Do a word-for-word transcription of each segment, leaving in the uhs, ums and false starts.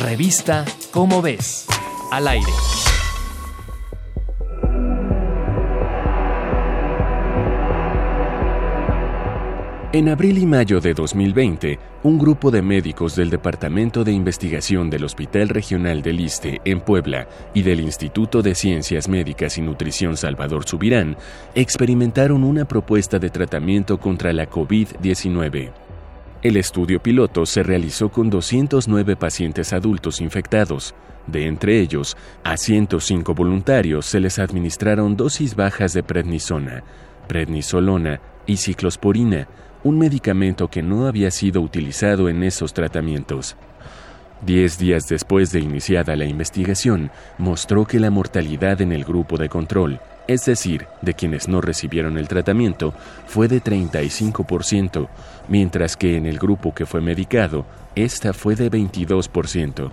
Revista Cómo Ves, al aire. En abril y mayo de dos mil veinte, un grupo de médicos del Departamento de Investigación del Hospital Regional del Iste, en Puebla, y del Instituto de Ciencias Médicas y Nutrición Salvador Subirán, experimentaron una propuesta de tratamiento contra la covid diecinueve. El estudio piloto se realizó con doscientos nueve pacientes adultos infectados. De entre ellos, a ciento cinco voluntarios se les administraron dosis bajas de prednisona, prednisolona y ciclosporina, un medicamento que no había sido utilizado en esos tratamientos. Diez días después de iniciada la investigación, mostró que la mortalidad en el grupo de control, es decir, de quienes no recibieron el tratamiento, fue de treinta y cinco por ciento, mientras que en el grupo que fue medicado, esta fue de veintidós por ciento.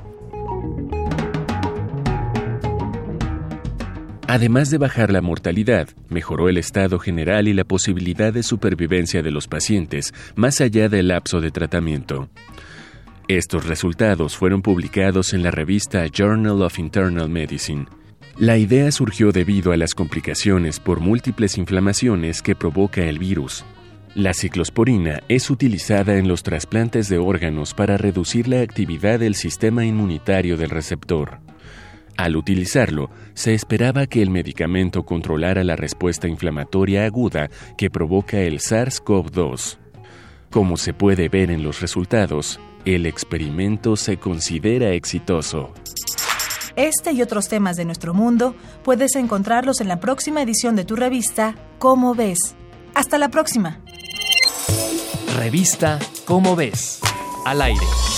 Además de bajar la mortalidad, mejoró el estado general y la posibilidad de supervivencia de los pacientes más allá del lapso de tratamiento. Estos resultados fueron publicados en la revista Journal of Internal Medicine. La idea surgió debido a las complicaciones por múltiples inflamaciones que provoca el virus. La ciclosporina es utilizada en los trasplantes de órganos para reducir la actividad del sistema inmunitario del receptor. Al utilizarlo, se esperaba que el medicamento controlara la respuesta inflamatoria aguda que provoca el SARS-CoV dos. Como se puede ver en los resultados, el experimento se considera exitoso. Este y otros temas de nuestro mundo puedes encontrarlos en la próxima edición de tu revista Cómo Ves. ¡Hasta la próxima! Revista Cómo Ves, al aire.